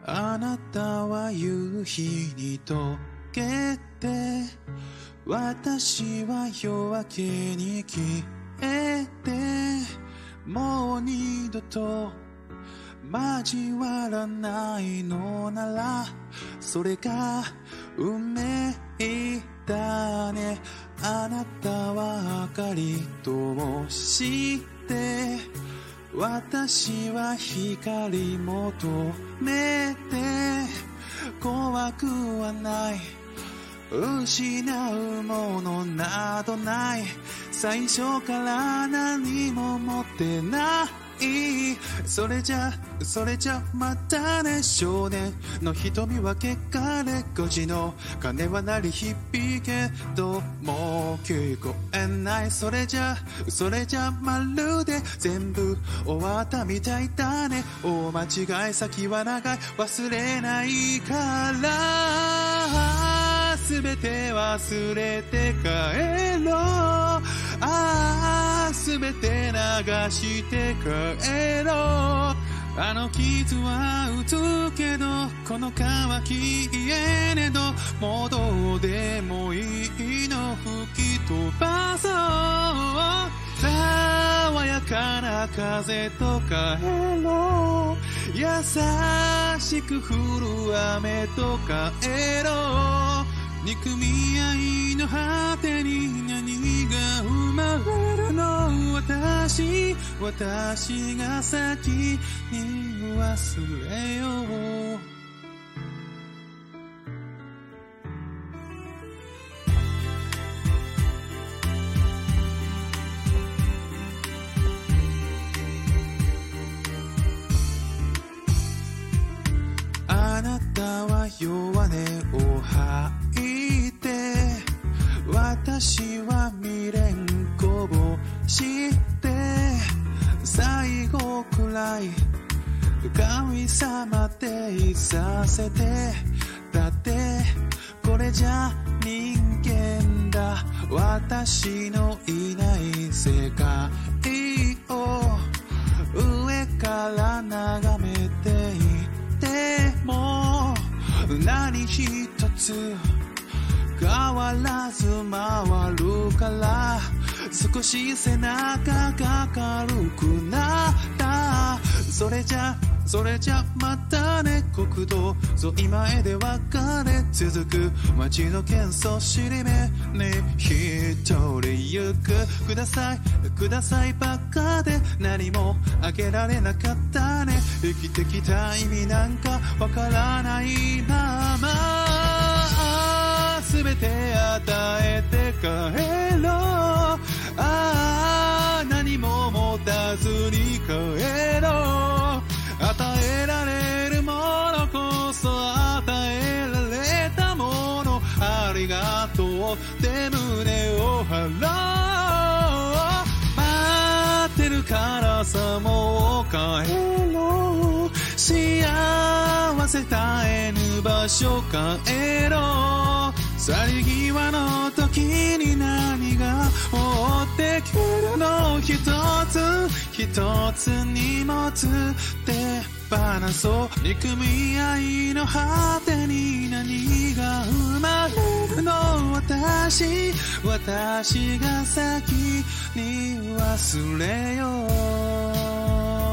あなたは夕日に溶けて、私は夜明けに消えて、もう二度と交わらないのなら、それが運命だね。あなたは明かりとして、私は光求めて、怖くはない、失うものなどない、最初から何も持ってない。それじゃまたね。少年の瞳は汚れ孤児の鐘は鳴り響けどもう聞こえない。それじゃまるで全部終わったみたいだね。大間違い先は長い、忘れないから、すべて忘れて帰ろう。すべて流して帰ろう。あの傷は打つけど、この乾きえねど、もうどうでもいいの吹き飛ばそう。爽やかな風と帰ろう。優しく降る雨と帰ろう。憎み合いの果てに何が生まれるの。私が先に忘れよう。あなたは弱音を吐いて、私は未練こぼして、最後くらい神様って言いさせて、だってこれじゃ人間だ。私のいない世界を上から眺めていても、何一つ変わらず回るから、少し背中が軽くなった。それじゃまたね。国道沿い前で別れ続く街の喧騒尻目に一人行く。くださいばっかで何もあげられなかったね。生きてきた意味なんかわからないまま、すべて与えて帰ろう。何も持たずに帰ろう。与えられるものこそ与えられたもの、ありがとうって胸を張ろう。待ってるからさ、もう帰ろう。幸せ絶えぬ場所帰ろう。去り際の時に何が追ってくるの。一つ荷物手放そう。憎み合いの果てに何が生まれるの。私が先に忘れよう。